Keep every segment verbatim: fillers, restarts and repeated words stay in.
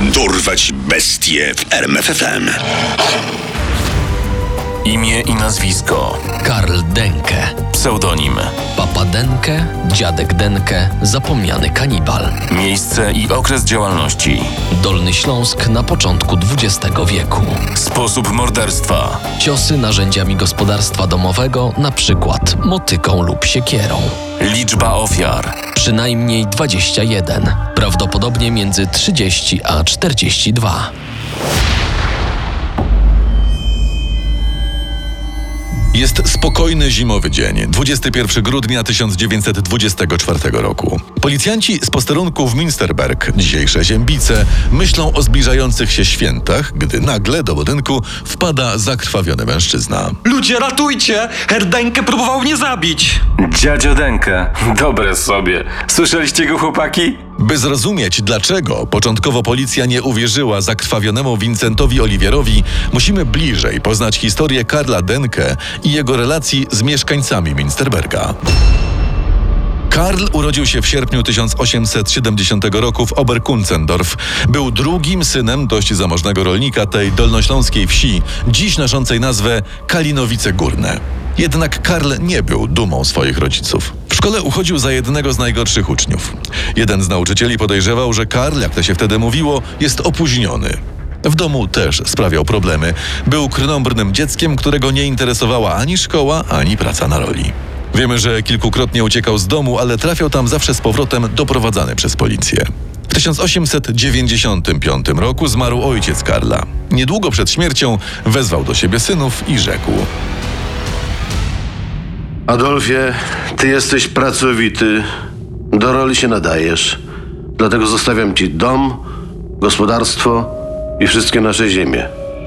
Dorwać bestie w R M F F M. Imię i nazwisko: Karl Denke. Pseudonim: Papa Denke, dziadek Denke, zapomniany kanibal. Miejsce i okres działalności: Dolny Śląsk na początku dwudziestego wieku. Sposób morderstwa: Ciosy narzędziami gospodarstwa domowego, na przykład motyką lub siekierą. Liczba ofiar: Przynajmniej dwadzieścia jeden, prawdopodobnie między trzydzieści a czterdzieści dwa. Jest spokojny zimowy dzień, dwudziestego pierwszego grudnia tysiąc dziewięćset dwudziestego czwartego roku. Policjanci z posterunku w Münsterberg, dzisiejsze Ziębice, myślą o zbliżających się świętach, gdy nagle do budynku wpada zakrwawiony mężczyzna. Ludzie, ratujcie! Herr Denke próbował mnie zabić! Dziadzio Denke, dobre sobie. Słyszeliście go, chłopaki? By zrozumieć, dlaczego początkowo policja nie uwierzyła zakrwawionemu Vincentowi Oliwierowi, musimy bliżej poznać historię Karla Denke i jego relacji z mieszkańcami Münsterberga. Karl urodził się w sierpniu tysiąc osiemset siedemdziesiątego roku w Oberkunzendorf. Był drugim synem dość zamożnego rolnika tej dolnośląskiej wsi, dziś noszącej nazwę Kalinowice Górne. Jednak Karl nie był dumą swoich rodziców. W szkole uchodził za jednego z najgorszych uczniów. Jeden z nauczycieli podejrzewał, że Karl, jak to się wtedy mówiło, jest opóźniony. W domu też sprawiał problemy. Był krnąbrnym dzieckiem, którego nie interesowała ani szkoła, ani praca na roli. Wiemy, że kilkukrotnie uciekał z domu, ale trafiał tam zawsze z powrotem doprowadzany przez policję. W tysiąc osiemset dziewięćdziesiątym piątym roku zmarł ojciec Karla. Niedługo przed śmiercią wezwał do siebie synów i rzekł: Adolfie, ty jesteś pracowity, do roli się nadajesz. Dlatego zostawiam ci dom, gospodarstwo i wszystkie nasze ziemie.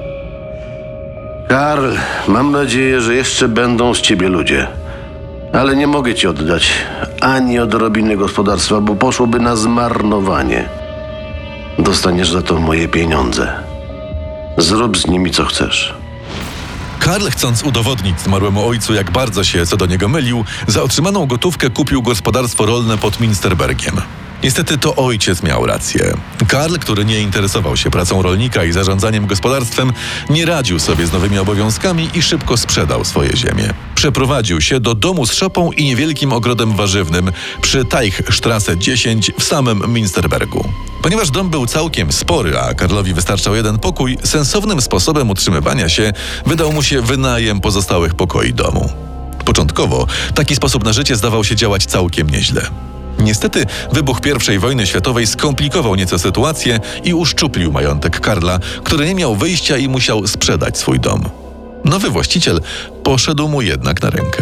Karl, mam nadzieję, że jeszcze będą z ciebie ludzie. Ale nie mogę ci oddać ani odrobiny gospodarstwa, bo poszłoby na zmarnowanie. Dostaniesz za to moje pieniądze. Zrób z nimi co chcesz. Karl, chcąc udowodnić zmarłemu ojcu, jak bardzo się co do niego mylił, za otrzymaną gotówkę kupił gospodarstwo rolne pod Münsterbergiem. Niestety to ojciec miał rację. Karl, który nie interesował się pracą rolnika i zarządzaniem gospodarstwem, nie radził sobie z nowymi obowiązkami i szybko sprzedał swoje ziemię. Przeprowadził się do domu z szopą i niewielkim ogrodem warzywnym przy Teichstrasse dziesięć w samym Münsterbergu. Ponieważ dom był całkiem spory, a Karlowi wystarczał jeden pokój, sensownym sposobem utrzymywania się wydał mu się wynajem pozostałych pokoi domu. Początkowo taki sposób na życie zdawał się działać całkiem nieźle. Niestety wybuch pierwszej wojny światowej skomplikował nieco sytuację i uszczuplił majątek Karla, który nie miał wyjścia i musiał sprzedać swój dom. Nowy właściciel poszedł mu jednak na rękę.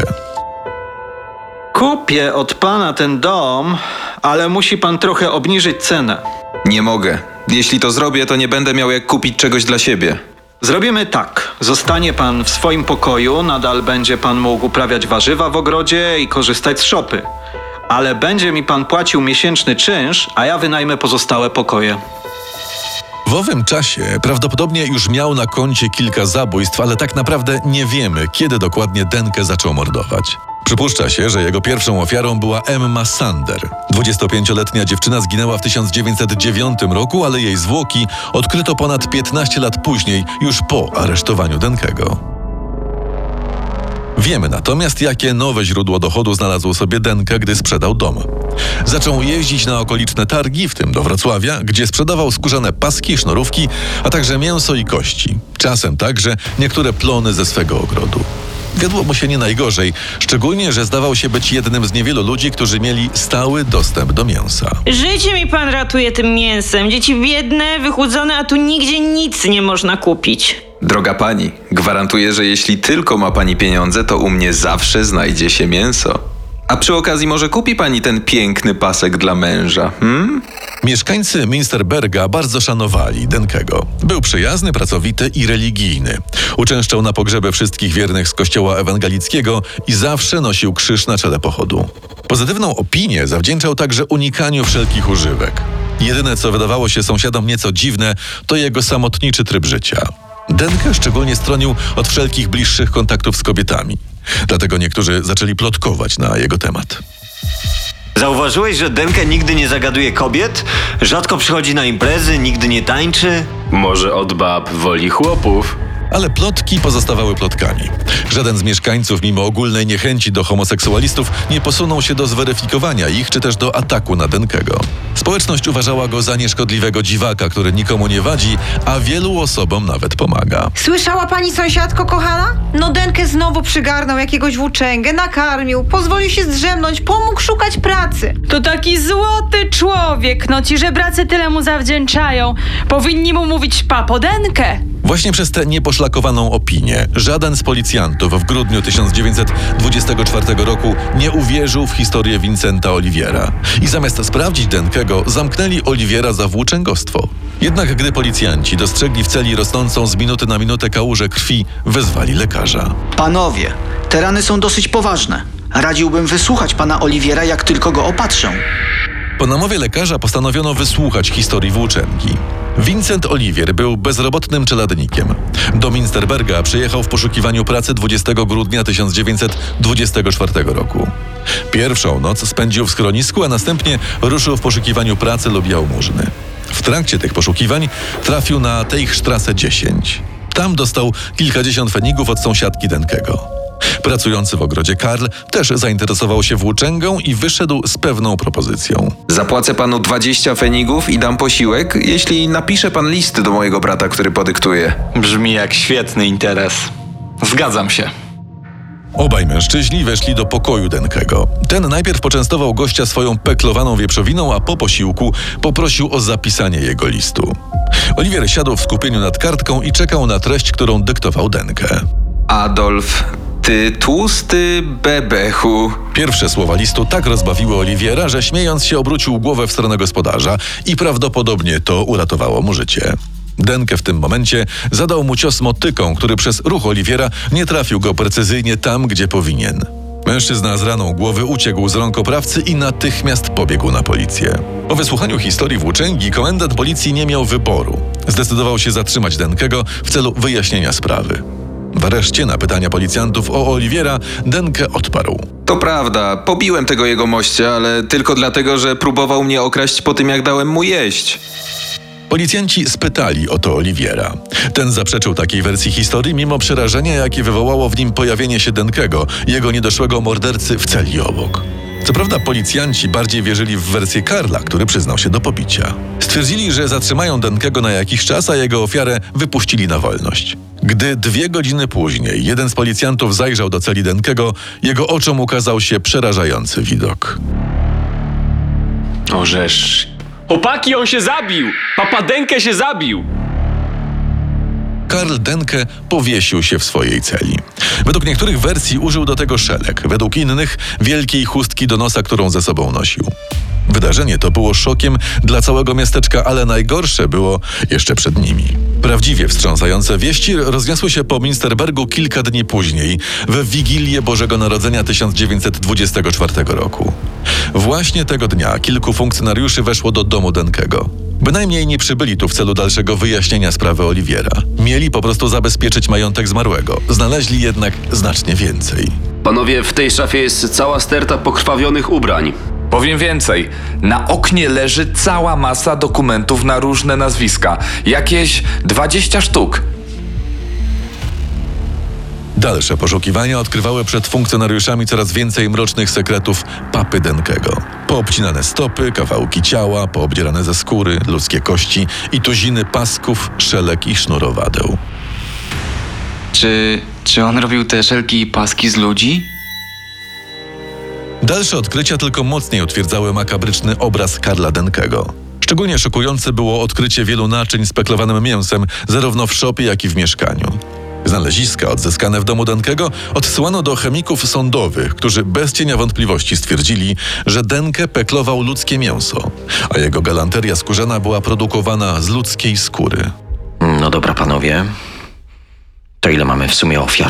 Kupię od pana ten dom, ale musi pan trochę obniżyć cenę. Nie mogę. Jeśli to zrobię, to nie będę miał jak kupić czegoś dla siebie. Zrobimy tak. Zostanie pan w swoim pokoju, nadal będzie pan mógł uprawiać warzywa w ogrodzie i korzystać z szopy. Ale będzie mi pan płacił miesięczny czynsz, a ja wynajmę pozostałe pokoje. W owym czasie prawdopodobnie już miał na koncie kilka zabójstw, ale tak naprawdę nie wiemy, kiedy dokładnie Denke zaczął mordować. Przypuszcza się, że jego pierwszą ofiarą była Emma Sander. dwudziestopięcioletnia dziewczyna zginęła w tysiąc dziewięćset dziewiątym roku, ale jej zwłoki odkryto ponad piętnaście lat później, już po aresztowaniu Denkego. Wiemy natomiast, jakie nowe źródło dochodu znalazł sobie Denke, gdy sprzedał dom. Zaczął jeździć na okoliczne targi, w tym do Wrocławia, gdzie sprzedawał skórzane paski, sznurówki, a także mięso i kości. Czasem także niektóre plony ze swego ogrodu. Wiodło mu się nie najgorzej, szczególnie, że zdawał się być jednym z niewielu ludzi, którzy mieli stały dostęp do mięsa. Życie mi pan ratuje tym mięsem. Dzieci biedne, wychudzone, a tu nigdzie nic nie można kupić. Droga pani, gwarantuję, że jeśli tylko ma pani pieniądze, to u mnie zawsze znajdzie się mięso. A przy okazji może kupi pani ten piękny pasek dla męża, hmm? Mieszkańcy Münsterberga bardzo szanowali Denkego. Był przyjazny, pracowity i religijny. Uczęszczał na pogrzeby wszystkich wiernych z kościoła ewangelickiego i zawsze nosił krzyż na czele pochodu. Pozytywną opinię zawdzięczał także unikaniu wszelkich używek. Jedyne, co wydawało się sąsiadom nieco dziwne, to jego samotniczy tryb życia. Denke szczególnie stronił od wszelkich bliższych kontaktów z kobietami. Dlatego niektórzy zaczęli plotkować na jego temat. Zauważyłeś, że Denke nigdy nie zagaduje kobiet? Rzadko przychodzi na imprezy, nigdy nie tańczy? Może od bab woli chłopów? Ale plotki pozostawały plotkami. Żaden z mieszkańców, mimo ogólnej niechęci do homoseksualistów, nie posunął się do zweryfikowania ich, czy też do ataku na Denkego. Społeczność uważała go za nieszkodliwego dziwaka, który nikomu nie wadzi, a wielu osobom nawet pomaga. Słyszała pani, sąsiadko kochana? No Denke znowu przygarnął jakiegoś włóczęgę, nakarmił, pozwolił się zdrzemnąć, pomógł szukać pracy. To taki złoty człowiek, no ci żebracy tyle mu zawdzięczają. Powinni mu mówić papo Denke. Właśnie przez tę nieposzlakowaną opinię żaden z policjantów w grudniu tysiąc dziewięćset dwudziestego czwartego roku nie uwierzył w historię Vincenta Oliviera i zamiast sprawdzić Denkego, zamknęli Oliviera za włóczęgostwo. Jednak gdy policjanci dostrzegli w celi rosnącą z minuty na minutę kałużę krwi, wezwali lekarza. Panowie, te rany są dosyć poważne. Radziłbym wysłuchać pana Oliviera, jak tylko go opatrzę. Po namowie lekarza postanowiono wysłuchać historii włóczęgi. Vincent Olivier był bezrobotnym czeladnikiem. Do Minsterberga przyjechał w poszukiwaniu pracy dwudziestego grudnia tysiąc dziewięćset dwudziestego czwartego roku. Pierwszą noc spędził w schronisku, a następnie ruszył w poszukiwaniu pracy lub jałmużny. W trakcie tych poszukiwań trafił na Teichstrasse dziesięć. Tam dostał kilkadziesiąt fenigów od sąsiadki Denkego. Pracujący w ogrodzie Karl też zainteresował się włóczęgą i wyszedł z pewną propozycją. Zapłacę panu dwadzieścia fenigów i dam posiłek, jeśli napisze pan list do mojego brata, który podyktuje. Brzmi jak świetny interes. Zgadzam się. Obaj mężczyźni weszli do pokoju Denkego. Ten najpierw poczęstował gościa swoją peklowaną wieprzowiną, a po posiłku poprosił o zapisanie jego listu. Olivier siadł w skupieniu nad kartką i czekał na treść, którą dyktował Denke. Adolf, ty tłusty bebechu. Pierwsze słowa listu tak rozbawiły Oliviera, że śmiejąc się obrócił głowę w stronę gospodarza i prawdopodobnie to uratowało mu życie. Denke w tym momencie zadał mu cios motyką, który przez ruch Oliviera nie trafił go precyzyjnie tam, gdzie powinien. Mężczyzna z raną głowy uciekł z rąk oprawcy i natychmiast pobiegł na policję. Po wysłuchaniu historii włóczęgi komendant policji nie miał wyboru. Zdecydował się zatrzymać Denkego w celu wyjaśnienia sprawy. W areszcie na pytania policjantów o Oliviera Denke odparł. To prawda, pobiłem tego jegomościa, ale tylko dlatego, że próbował mnie okraść po tym, jak dałem mu jeść. Policjanci spytali o to Oliviera. Ten zaprzeczył takiej wersji historii, mimo przerażenia, jakie wywołało w nim pojawienie się Denkego, jego niedoszłego mordercy w celi obok. Co prawda policjanci bardziej wierzyli w wersję Karla, który przyznał się do pobicia. Stwierdzili, że zatrzymają Denkego na jakiś czas, a jego ofiarę wypuścili na wolność. Gdy dwie godziny później jeden z policjantów zajrzał do celi Denkego, jego oczom ukazał się przerażający widok. Orzesz. Chłopaki, on się zabił! Papa Denke się zabił! Karl Denke powiesił się w swojej celi. Według niektórych wersji użył do tego szelek, według innych wielkiej chustki do nosa, którą ze sobą nosił. Wydarzenie to było szokiem dla całego miasteczka, ale najgorsze było jeszcze przed nimi. Prawdziwie wstrząsające wieści rozniosły się po Minsterbergu kilka dni później, w Wigilię Bożego Narodzenia tysiąc dziewięćset dwudziestego czwartego roku. Właśnie tego dnia kilku funkcjonariuszy weszło do domu Denkego. Bynajmniej nie przybyli tu w celu dalszego wyjaśnienia sprawy Oliviera. Mieli po prostu zabezpieczyć majątek zmarłego. Znaleźli jednak znacznie więcej. Panowie, w tej szafie jest cała sterta pokrwawionych ubrań. Powiem więcej. Na oknie leży cała masa dokumentów na różne nazwiska. Jakieś dwadzieścia sztuk. Dalsze poszukiwania odkrywały przed funkcjonariuszami coraz więcej mrocznych sekretów papy Denkego. Poobcinane stopy, kawałki ciała, poobdzierane ze skóry, ludzkie kości i tuziny pasków, szelek i sznurowadeł. Czy, czy on robił te szelki i paski z ludzi? Dalsze odkrycia tylko mocniej utwierdzały makabryczny obraz Karla Denkego. Szczególnie szokujące było odkrycie wielu naczyń z peklowanym mięsem, zarówno w szopie, jak i w mieszkaniu. Znaleziska odzyskane w domu Denkego odsyłano do chemików sądowych, którzy bez cienia wątpliwości stwierdzili, że Denke peklował ludzkie mięso, a jego galanteria skórzana była produkowana z ludzkiej skóry. No dobra, panowie. To ile mamy w sumie ofiar?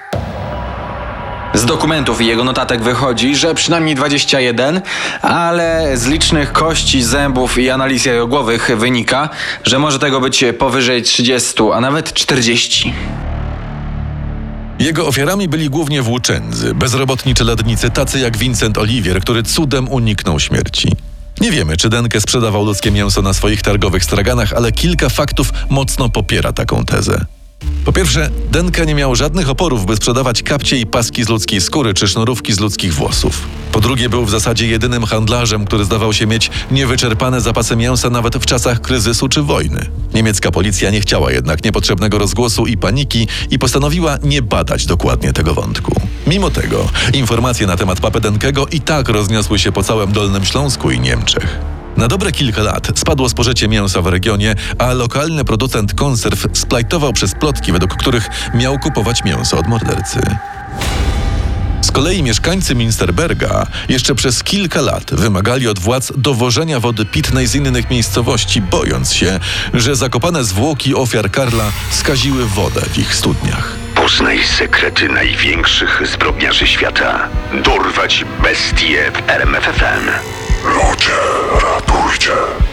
Z dokumentów i jego notatek wychodzi, że przynajmniej dwadzieścia jeden, ale z licznych kości, zębów i analiz jajogłowych wynika, że może tego być powyżej trzydzieści, a nawet czterdzieści. Jego ofiarami byli głównie włóczędzy, bezrobotni czeladnicy, tacy jak Vincent Olivier, który cudem uniknął śmierci. Nie wiemy, czy Denke sprzedawał ludzkie mięso na swoich targowych straganach, ale kilka faktów mocno popiera taką tezę. Po pierwsze, Denke nie miał żadnych oporów, by sprzedawać kapcie i paski z ludzkiej skóry czy sznurówki z ludzkich włosów. Po drugie, był w zasadzie jedynym handlarzem, który zdawał się mieć niewyczerpane zapasy mięsa nawet w czasach kryzysu czy wojny. Niemiecka policja nie chciała jednak niepotrzebnego rozgłosu i paniki i postanowiła nie badać dokładnie tego wątku. Mimo tego, informacje na temat papy Denkego i tak rozniosły się po całym Dolnym Śląsku i Niemczech. Na dobre kilka lat spadło spożycie mięsa w regionie, a lokalny producent konserw splajtował przez plotki, według których miał kupować mięso od mordercy. Z kolei mieszkańcy Münsterberga jeszcze przez kilka lat wymagali od władz dowożenia wody pitnej z innych miejscowości, bojąc się, że zakopane zwłoki ofiar Karla skaziły wodę w ich studniach. Poznaj sekrety największych zbrodniarzy świata. Dorwać bestie w R M F F M. Ludzie, ratujcie.